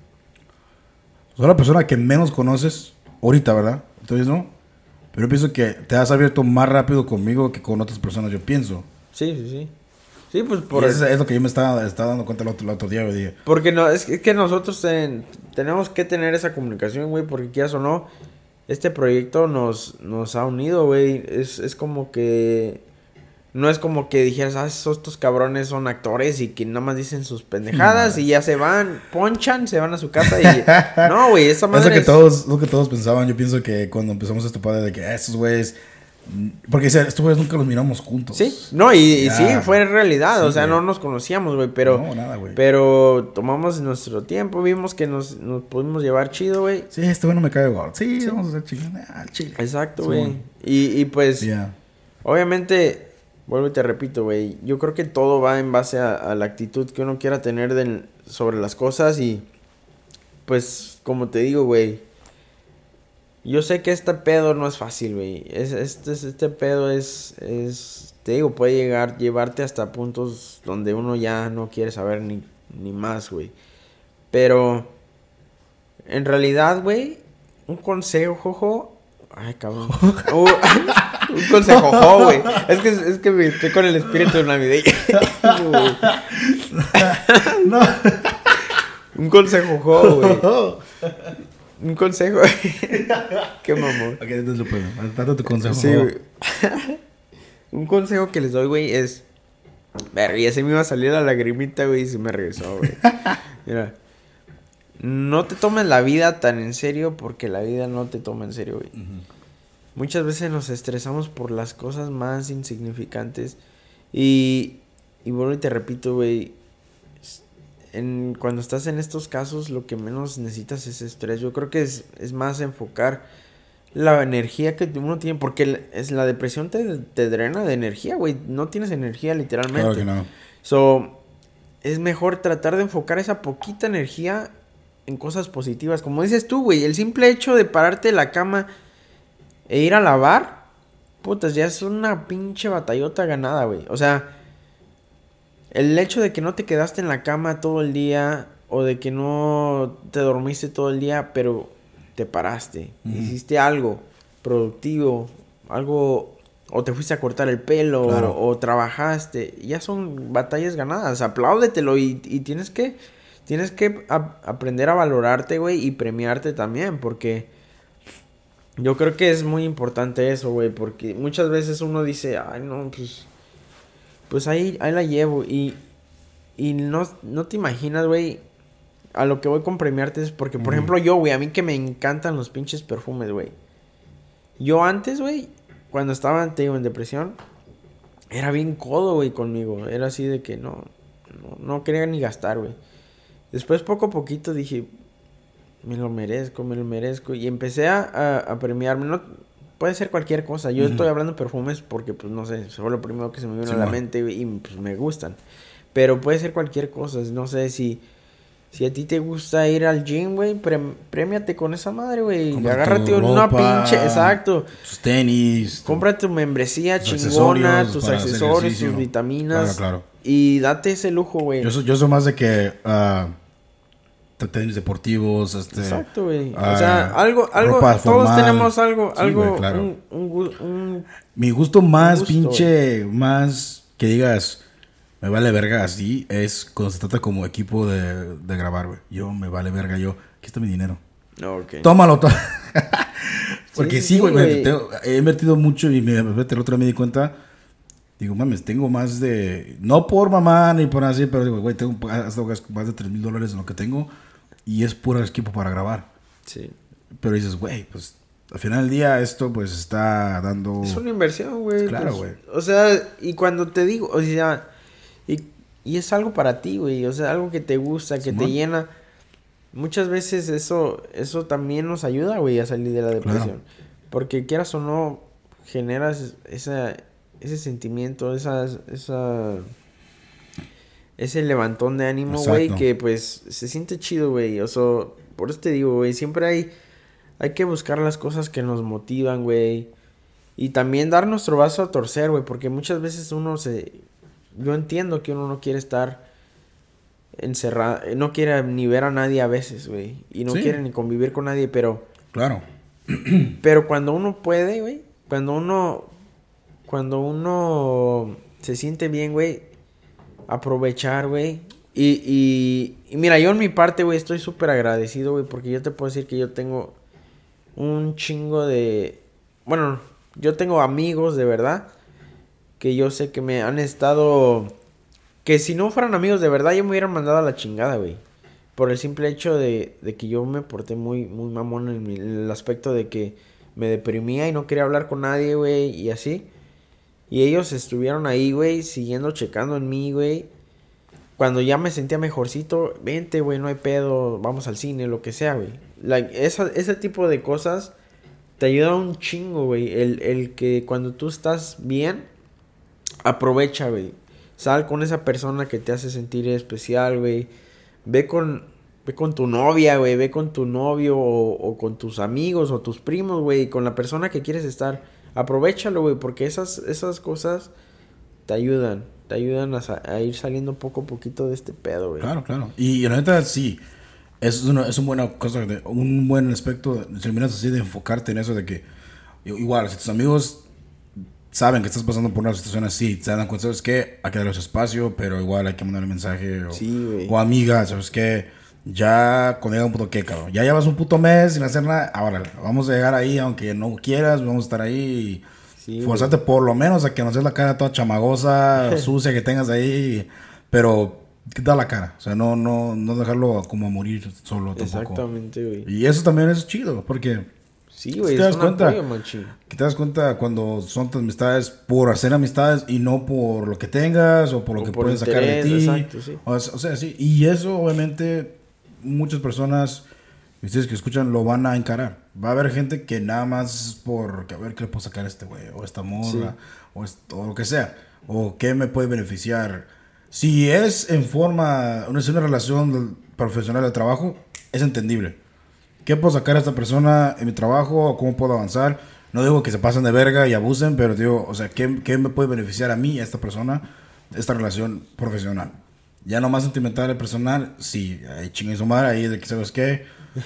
soy la persona que menos conoces ahorita, ¿verdad? Entonces, ¿no? Pero yo pienso que te has abierto más rápido conmigo que con otras personas, yo pienso. Sí. Sí, pues Y eso es lo que yo me estaba dando cuenta el otro día, güey. Dije, porque no, es que nosotros tenemos que tener esa comunicación, güey, porque quieras o no, este proyecto nos ha unido, güey. Es como que no es como que dijeras, estos cabrones son actores y que nada más dicen sus pendejadas y ya se van, ponchan, se van a su casa y... No, güey, esa madre lo que todos pensaban. Yo pienso que cuando empezamos este padre de que estos güeyes... Porque decían, estos güeyes nunca los miramos juntos. Sí, no, y Ya. sí, fue realidad, Sí, o sea, güey. no nos conocíamos, güey, pero... No, nada, güey. Pero tomamos nuestro tiempo, vimos que nos pudimos llevar chido, güey. Sí, este güey no me cae igual. Sí, vamos a hacer chingada al chile. Exacto, Sí, güey. bueno. Y pues, Ya. obviamente, vuelvo y te repito, güey, yo creo que todo va en base a la actitud que uno quiera tener sobre las cosas y, pues, como te digo, güey, yo sé que este pedo no es fácil, güey. Este pedo te digo, puede llevarte hasta puntos donde uno ya no quiere saber ni más, güey. Pero, en realidad, güey, un consejo, jojo. Ay, cabrón. Un consejo, jojo, güey. Es que me estoy con el espíritu navideño. Güey. No. Un consejo, jojo, güey. Un consejo. Qué mamón. Ok, entonces lo puedo. Date tu consejo. Sí, güey. Un consejo que les doy, güey, es... Verga, ya se me iba a salir la lagrimita, güey, y se me regresó, güey. Mira. No te tomes la vida tan en serio porque la vida no te toma en serio, güey. Ujú. Muchas veces nos estresamos por las cosas más insignificantes. Y vuelvo y te repito, güey. Cuando estás en estos casos, lo que menos necesitas es estrés. Yo creo que es más enfocar la energía que uno tiene. Porque la depresión te drena de energía, güey. No tienes energía, literalmente. Claro que no. So, es mejor tratar de enfocar esa poquita energía en cosas positivas. Como dices tú, güey, el simple hecho de pararte de la cama e ir a lavar, putas, ya es una pinche batallota ganada, güey. O sea, el hecho de que no te quedaste en la cama todo el día o de que no te dormiste todo el día, pero te paraste, hiciste algo productivo, algo, o te fuiste a cortar el pelo, Claro. o trabajaste, ya son batallas ganadas. Apláudetelo y tienes que aprender a valorarte, güey, y premiarte también, porque yo creo que es muy importante eso, güey, porque muchas veces uno dice, ay, no, pues ahí la llevo, y no te imaginas, güey, a lo que voy con premiarte es porque, por ejemplo, yo, güey, a mí que me encantan los pinches perfumes, güey. Yo antes, güey, cuando estaba, te digo, en depresión, era bien codo, güey, conmigo. Era así de que no quería ni gastar, güey. Después, poco a poquito, dije, me lo merezco. Y empecé a premiarme. No, puede ser cualquier cosa. Yo estoy hablando de perfumes porque, pues, no sé, fue lo primero que se me vino a la mente y, pues, me gustan. Pero puede ser cualquier cosa. No sé si a ti te gusta ir al gym, güey, premiate con esa madre, güey. Agárrate una pinche... Exacto. Tus tenis. Cómprate tu membresía chingona, tus accesorios, tus vitaminas. Claro. Y date ese lujo, güey. Yo soy más de que... tenis deportivos, Exacto, güey. O sea, algo todos formal. Tenemos algo, sí, güey, claro. Mi gusto más pinche, más que digas, me vale verga así, es cuando se trata como equipo de grabar, güey. Yo me vale verga, aquí está mi dinero. Okay. Tómalo. Porque sí, güey, he invertido mucho y el otro día me di cuenta, digo, mames, tengo más de, no por mamá ni por así, pero digo, güey, tengo más de $3,000 en lo que tengo. Y es puro equipo para grabar. Sí. Pero dices, güey, pues al final del día esto pues está dando... Es una inversión, güey. Claro, güey. Pues, o sea, y cuando te digo, o sea, y es algo para ti, güey. O sea, algo que te gusta, que te llena. Muchas veces eso también nos ayuda, güey, a salir de la depresión. Claro. Porque quieras o no, generas ese sentimiento, ese levantón de ánimo, güey, que pues se siente chido, güey. O sea, por eso te digo, güey, siempre hay que buscar las cosas que nos motivan, güey. Y también dar nuestro brazo a torcer, güey, porque muchas veces yo entiendo que uno no quiere estar encerrado, no quiere ni ver a nadie a veces, güey. Y no quiere ni convivir con nadie, pero... Claro. Pero cuando uno puede, güey, cuando uno se siente bien, güey, aprovechar, güey. Y mira, yo en mi parte, güey, estoy súper agradecido, güey, porque yo te puedo decir que yo tengo un chingo de... Bueno, yo tengo amigos, de verdad, que yo sé que me han estado... Que si no fueran amigos de verdad, yo me hubieran mandado a la chingada, güey. Por el simple hecho de que yo me porté muy, muy mamón en el aspecto de que me deprimía y no quería hablar con nadie, güey, y así. Y ellos estuvieron ahí, güey, checando en mí, güey. Cuando ya me sentía mejorcito, vente, güey, no hay pedo, vamos al cine, lo que sea, güey. Ese tipo de cosas te ayuda un chingo, güey. El que cuando tú estás bien, aprovecha, güey. Sal con esa persona que te hace sentir especial, güey. Ve con tu novia, güey. Ve con tu novio o con tus amigos o tus primos, güey. Con la persona que quieres estar. Aprovéchalo, güey, porque esas cosas te ayudan a ir saliendo poco a poquito de este pedo, güey. Claro. Y la neta, sí, es una buena cosa, un buen aspecto, terminas así de enfocarte en eso de que, igual, si tus amigos saben que estás pasando por una situación así, se dan cuenta, ¿sabes qué? Hay que darles espacio, pero igual hay que mandar un mensaje, o amiga, ¿sabes qué? Ya cuando llega un punto, ¿qué, cabrón? Ya llevas un puto mes sin hacer nada, ahora vamos a llegar ahí, aunque no quieras, vamos a estar ahí y forzarte por lo menos a que no seas la cara toda chamagosa, sucia que tengas ahí, pero da la cara, o sea, no dejarlo como a morir solo tampoco. Exactamente, güey. Y eso también es chido, porque sí, güey, te das cuenta, que te das cuenta cuando son tus amistades por hacer amistades y no por lo que tengas o por lo que pueden sacar de ti. Exacto, sí. O sea, sí. Y eso, obviamente, muchas personas, ustedes que escuchan, lo van a encarar. Va a haber gente que nada más por a ver qué le puedo sacar a este güey, o esta morra, o lo que sea, o qué me puede beneficiar. Si es en forma, es una relación profesional de trabajo, es entendible. ¿Qué puedo sacar a esta persona en mi trabajo? ¿Cómo puedo avanzar? No digo que se pasen de verga y abusen, pero digo, o sea, ¿qué me puede beneficiar a mí, a esta persona, esta relación profesional? Ya no más sentimental y personal, sí, chingue su madre ahí de que, ¿sabes qué?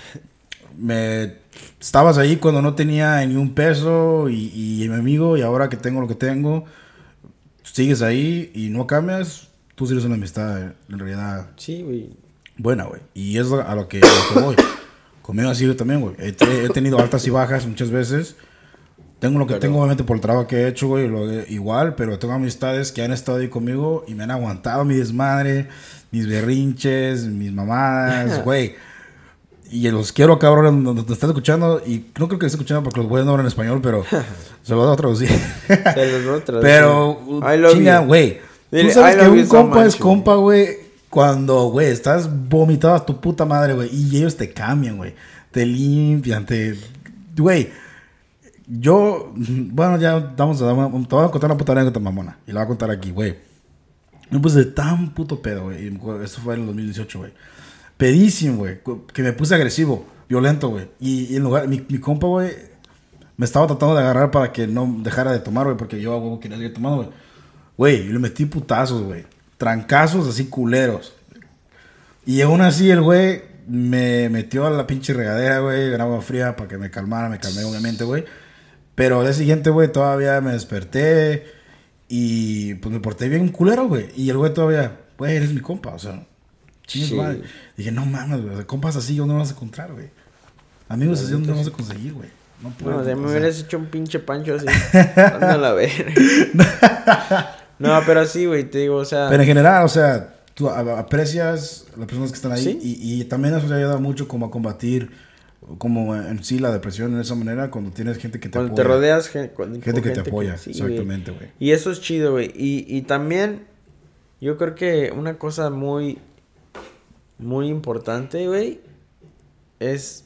Estabas ahí cuando no tenía ni un peso y mi amigo, y ahora que tengo lo que tengo, sigues ahí y no cambias, tú sigues una amistad en realidad. Sí, güey. Buena, güey. Y es a lo que voy. Conmigo ha sido también, güey. He tenido altas y bajas muchas veces. Tengo lo que tengo, obviamente, por el trabajo que he hecho, güey. Igual, pero tengo amistades que han estado ahí conmigo y me han aguantado mi desmadre, mis berrinches, mis mamadas, güey. Y los quiero, cabrón, donde te estás escuchando. Y no creo que estés escuchando porque los voy a hablar en español, pero se los voy a traducir. Se los voy a traducir. Pero, chinga, güey. Tú sabes que un compa es compa, güey, cuando, güey, estás vomitado a tu puta madre, güey, y ellos te cambian, güey. Te limpian, güey, bueno, ya te voy a contar una puta anécdota mamona. Y la voy a contar aquí, güey. Me puse tan puto pedo, güey. Eso fue en el 2018, güey. Pedísimo, güey. Que me puse agresivo, violento, güey. Y en lugar, mi compa, güey, me estaba tratando de agarrar para que no dejara de tomar, güey. Porque yo, güey, quería seguir tomando, güey. Güey, le metí putazos, güey. Trancazos así culeros. Y aún así el güey me metió a la pinche regadera, güey. En agua fría para que me calmara. Me calmé, obviamente, güey. Pero al día siguiente, güey, todavía me desperté. Y pues me porté bien culero, güey. Y el güey todavía, güey, eres mi compa, o sea, chingas Sí. madre. Dije, no mames, güey, o sea, compas así, ¿dónde vas a encontrar, güey? Amigos así, ¿dónde vas a conseguir, güey? No puedo. No, o sea, me o sea. hubieras hecho un pinche pancho así. Anda a ver. No, pero sí, güey, te digo, o sea. Pero en general, o sea, tú aprecias a las personas que están ahí. ¿Sí? Y también eso te ayuda mucho como a combatir, como en sí la depresión de esa manera, cuando tienes gente que te Cuando apoya. te rodeas Gente que te apoya, sí, exactamente, güey. Y eso es chido, güey. Y también, yo creo que una cosa muy, muy importante, güey, es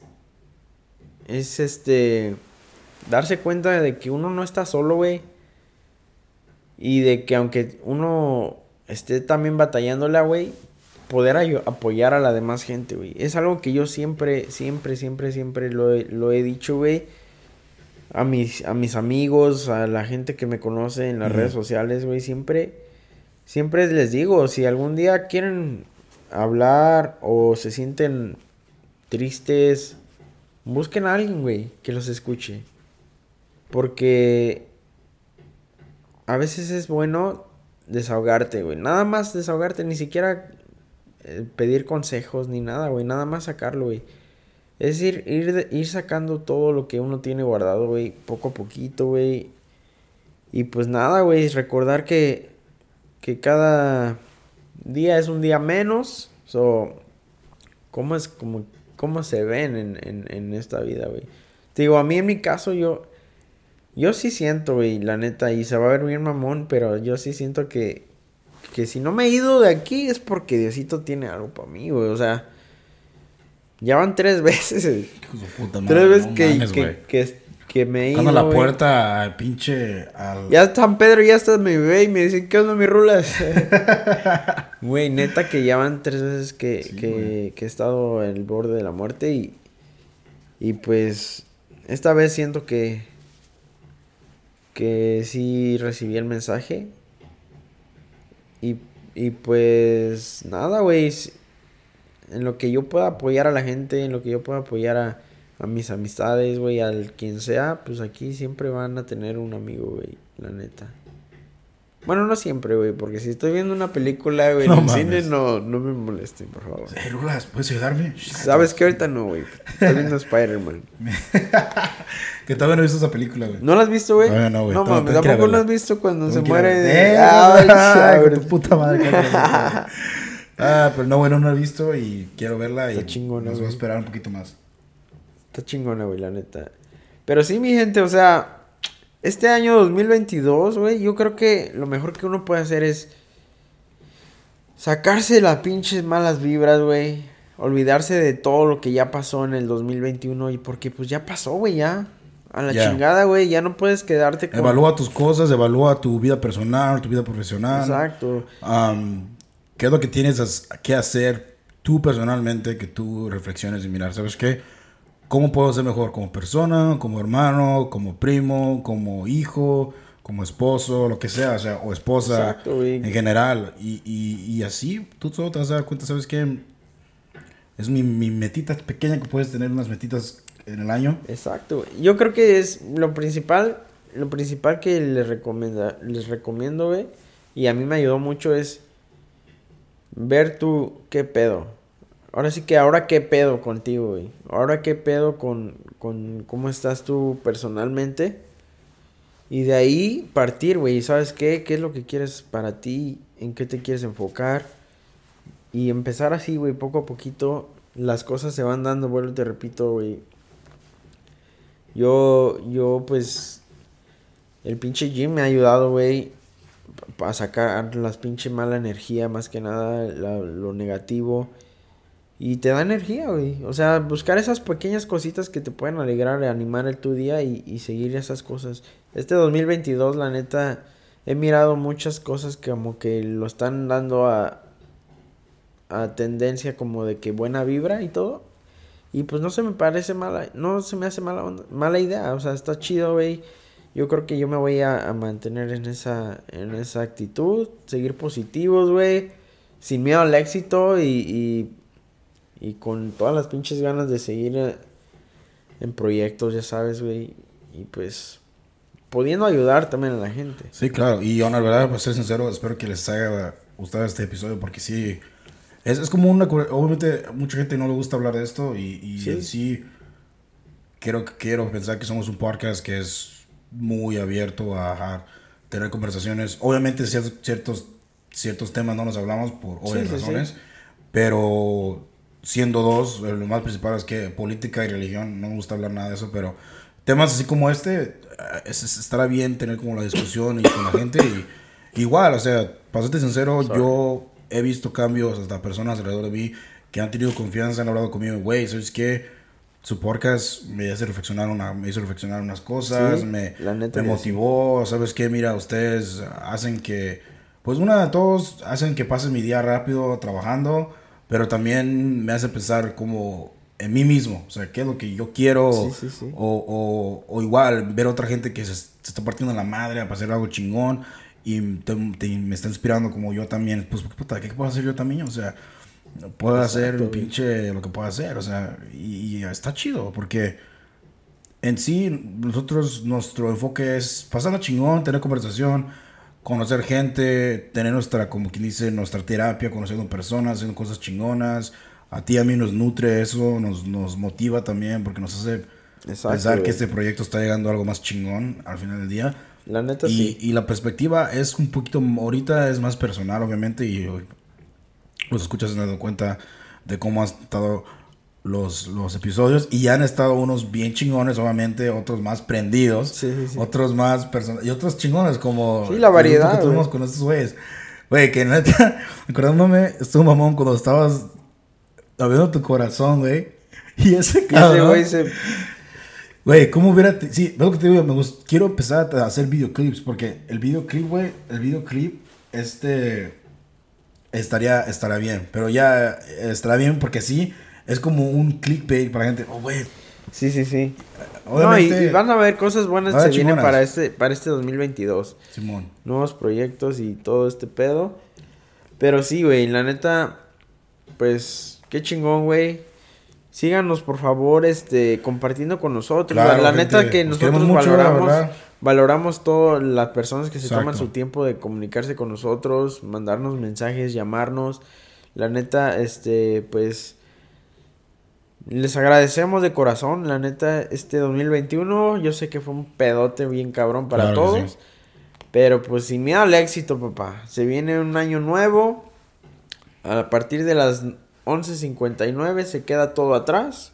darse cuenta de que uno no está solo, güey. Y de que aunque uno esté también batallándola, güey, poder apoyar a la demás gente, güey. Es algo que yo siempre lo he dicho, güey. A mis amigos, a la gente que me conoce en las redes sociales, güey. Siempre les digo, si algún día quieren hablar o se sienten tristes, busquen a alguien, güey, que los escuche. Porque a veces es bueno desahogarte, güey. Nada más desahogarte, ni siquiera pedir consejos ni nada, güey. Nada más sacarlo, güey. Es decir, ir sacando todo lo que uno tiene guardado, güey. Poco a poquito, güey. Y pues nada, güey. Recordar que cada día es un día menos. ¿Cómo se ven en esta vida, güey? Te digo, a mí en mi caso, yo sí siento, güey, la neta, y se va a ver bien mamón, pero yo sí siento que si no me he ido de aquí es porque Diosito tiene algo para mí, güey, o sea, ya van 3 veces, Hijo de puta madre, 3 veces no que, mames, güey. que me he ido, Tocando la güey. puerta al pinche. Ya San Pedro ya hasta me ve y me dice, ¿qué onda, mi rulas? Güey, neta que ya van 3 veces que he estado en el borde de la muerte y pues esta vez siento que sí recibí el mensaje. Y pues nada, güey. En lo que yo pueda apoyar a la gente, en lo que yo pueda apoyar a mis amistades, güey, al quien sea, pues aquí siempre van a tener un amigo, güey, la neta. Bueno, no siempre, güey, porque si estoy viendo una película, güey, No en el mames. cine, no me molesten, por favor. Rulas, ¿puedes ayudarme? ¿Sabes qué? Ahorita no, güey. Estoy viendo Spider-Man. Que todavía no he visto esa película, güey. ¿No la has visto, güey? Todavía no, güey. No Tengo mames, que ir a ¿tampoco verla. no has visto cuando se Tengo que ir a muere ver. de... Ay, Con cabrón. tu puta madre. Pero no, bueno, no la he visto y quiero verla. Está Y chingona, nos voy a güey. esperar un poquito más. Está chingona, güey, la neta. Pero sí, mi gente, o sea, este año 2022, güey, yo creo que lo mejor que uno puede hacer es sacarse las pinches malas vibras, güey. Olvidarse de todo lo que ya pasó en el 2021 y porque pues ya pasó, güey, ya. A la Ya. chingada, güey, ya no puedes quedarte con... Evalúa tus cosas, evalúa tu vida personal, tu vida profesional. Exacto. ¿Qué es lo que tienes que hacer tú personalmente? Que tú reflexiones y mirar, ¿sabes qué? ¿Cómo puedo ser mejor como persona, como hermano, como primo, como hijo, como esposo, lo que sea, o sea, o esposa, Exacto, güey. en general? Y así tú solo te vas a dar cuenta, ¿sabes qué? Es mi metita pequeña, que puedes tener unas metitas en el año. Exacto, güey. Yo creo que es lo principal que les recomiendo, güey, y a mí me ayudó mucho es ver tú qué pedo. Ahora sí que ahora qué pedo contigo, güey. Ahora qué pedo con cómo estás tú personalmente. Y de ahí partir, güey. ¿Sabes qué? ¿Qué es lo que quieres para ti? ¿En qué te quieres enfocar? Y empezar así, güey, poco a poquito. Las cosas se van dando, vuelvo y te repito, güey. Yo, pues, el pinche gym me ha ayudado, güey. para sacar las pinche mala energía, más que nada, lo negativo. Y te da energía, güey. O sea, buscar esas pequeñas cositas que te pueden alegrar, animar tu día y seguir esas cosas. Este 2022, la neta, he mirado muchas cosas que como que lo están dando a tendencia como de que buena vibra y todo. Y pues no se me parece no se me hace mala idea. O sea, está chido, güey. Yo creo que yo me voy a mantener en esa actitud. Seguir positivos, güey. Sin miedo al éxito y con todas las pinches ganas de seguir en proyectos, ya sabes, güey. Y pues pudiendo ayudar también a la gente. Sí, claro. Y yo, la verdad, para ser sincero, espero que les haya gustado este episodio porque sí... Es como obviamente, mucha gente no le gusta hablar de esto y sí quiero pensar que somos un podcast que es muy abierto a tener conversaciones. Obviamente ciertos temas no nos hablamos por obvias razones, pero siendo dos, lo más principal es que política y religión, no me gusta hablar nada de eso, pero temas así como estará bien tener como la discusión y con la gente y igual, o sea, para serte sincero, yo he visto cambios hasta personas alrededor de mí que han tenido confianza, han hablado conmigo, güey, ¿sabes qué? Su podcast me hizo reflexionar unas cosas, Sí, me la motivó, ¿sabes qué? Mira, ustedes hacen que, pues todos hacen que pase mi día rápido trabajando, pero también me hace pensar como en mí mismo, o sea, qué es lo que yo quiero, Sí. o igual ver a otra gente que se está partiendo la madre para hacer algo chingón, y me está inspirando como yo también, pues puta, ¿qué puedo hacer yo también? O sea, puedo hacer un pinche lo que puedo hacer, o sea, y está chido, porque en sí nuestro enfoque es pasarla chingón, tener conversación, conocer gente, tener como quien dice, nuestra terapia, conociendo personas, haciendo cosas chingonas. A ti y a mí nos nutre eso, nos motiva también, porque nos hace pensar que este proyecto está llegando a algo más chingón al final del día. La neta sí. Y la perspectiva es un poquito, ahorita es más personal, obviamente, y los escuchas se han dado cuenta de cómo han estado los episodios, y ya han estado unos bien chingones, obviamente, otros más prendidos, otros más y otros chingones, como sí, la variedad que tuvimos con estos güeyes. Güey, que neta, acordándome, estuvo mamón cuando estabas abriendo tu corazón, güey, y ese cabrón, güey, ¿cómo hubiera... Sí, veo que te digo, quiero empezar a hacer videoclips, porque el videoclip estaría bien, pero ya estará bien porque sí, es como un clickbait para la gente. Oh, güey. Sí. Obviamente, no, y van a haber cosas buenas que se vienen para este 2022. Simón. Nuevos proyectos y todo este pedo. Pero sí, güey, la neta, pues, qué chingón, güey. Síganos, por favor, compartiendo con nosotros. Claro, la neta que nosotros valoramos todas las personas que se toman su tiempo de comunicarse con nosotros, mandarnos mensajes, llamarnos. La neta, pues, les agradecemos de corazón. La neta, 2021, yo sé que fue un pedote bien cabrón para todos. Sí. Pero, pues, sin miedo al éxito, papá. Se viene un año nuevo. A partir de las 11:59 se queda todo atrás.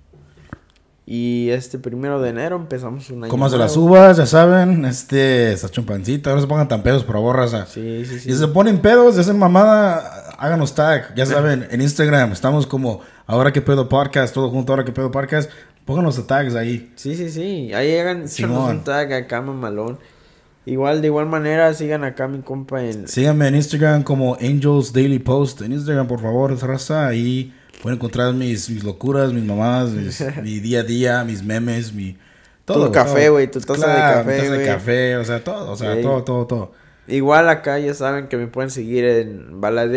Y 1 de enero empezamos un año Cómase las uvas, ya saben. Está chumpancita. No se pongan tan pedos, por favor, raza. Sí. Y si se ponen pedos, hacen mamada, háganos tag. Ya saben, en Instagram estamos como Ahora que Pedo Podcast, todo junto, Ahora que Pedo Podcast. Pónganos los tags ahí. Sí. Ahí hagan un tag acá, mamalón. De igual manera, sigan acá mi compa Síganme en Instagram como Angels Daily Post. En Instagram, por favor, raza. Ahí pueden encontrar mis locuras, mis mamadas, mi día a día, mis memes, todo. Tu café, güey, tu taza de café, taza de café, o sea, todo, todo. Igual acá ya saben que me pueden seguir en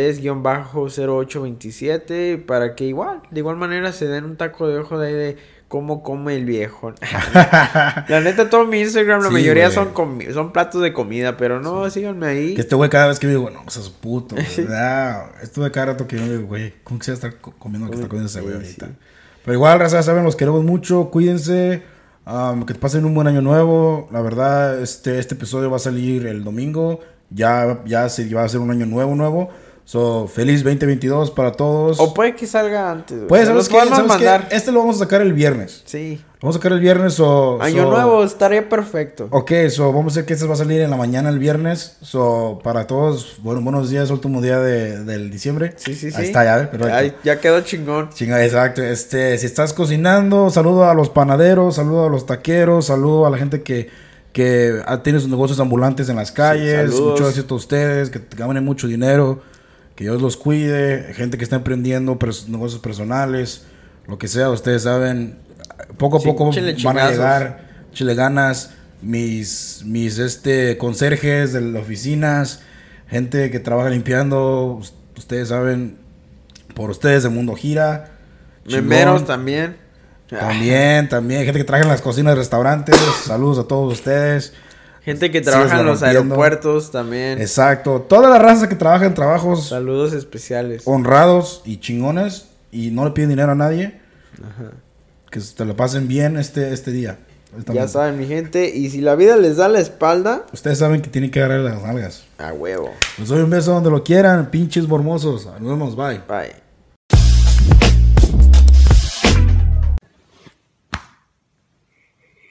Valadez-0827 para que de igual manera se den un taco de ojo de ahí de cómo come el viejo. La neta, todo mi Instagram, la mayoría son platos de comida, pero no, síganme ahí. Que güey cada vez que me digo, no, seas puto, esto de cada rato que yo me digo, güey, ¿cómo que se va a estar comiendo lo que está comiendo ese güey ahorita? Pero igual, raza, saben, los queremos mucho, cuídense, que pasen un buen año nuevo. La verdad, este episodio va a salir el domingo, ya va a ser un año nuevo. Feliz 2022 para todos. O puede que salga antes. Puede, ¿sabes qué? Lo vamos a sacar el viernes. Sí. Vamos a sacar el viernes o... Año nuevo estaría perfecto. Ok, vamos a hacer que este va a salir en la mañana el viernes. Para todos, buenos días, último día del diciembre. Sí. Ahí está, ya, perfecto. Ya quedó chingón. Exacto. Si estás cocinando, saludo a los panaderos, saludo a los taqueros, saludo a la gente que tiene sus negocios ambulantes en las calles. Sí, mucho éxito a ustedes, que ganen mucho dinero, que Dios los cuide. Gente que está emprendiendo negocios personales, lo que sea, ustedes saben... Poco a poco van a llegar, chile ganas, mis conserjes de las oficinas, gente que trabaja limpiando, ustedes saben, por ustedes el mundo gira. Memeros también. También, gente que trabaja en las cocinas de restaurantes, saludos a todos ustedes. Gente que trabaja en los aeropuertos también. Exacto, toda la raza que trabaja en trabajos. Saludos especiales. Honrados y chingones y no le piden dinero a nadie. Ajá. Que te lo pasen bien este día. Ya saben, mi gente. Y si la vida les da la espalda... Ustedes saben que tienen que agarrar las nalgas. A huevo. Les doy un beso donde lo quieran, pinches mormosos. Nos vemos, bye. Bye.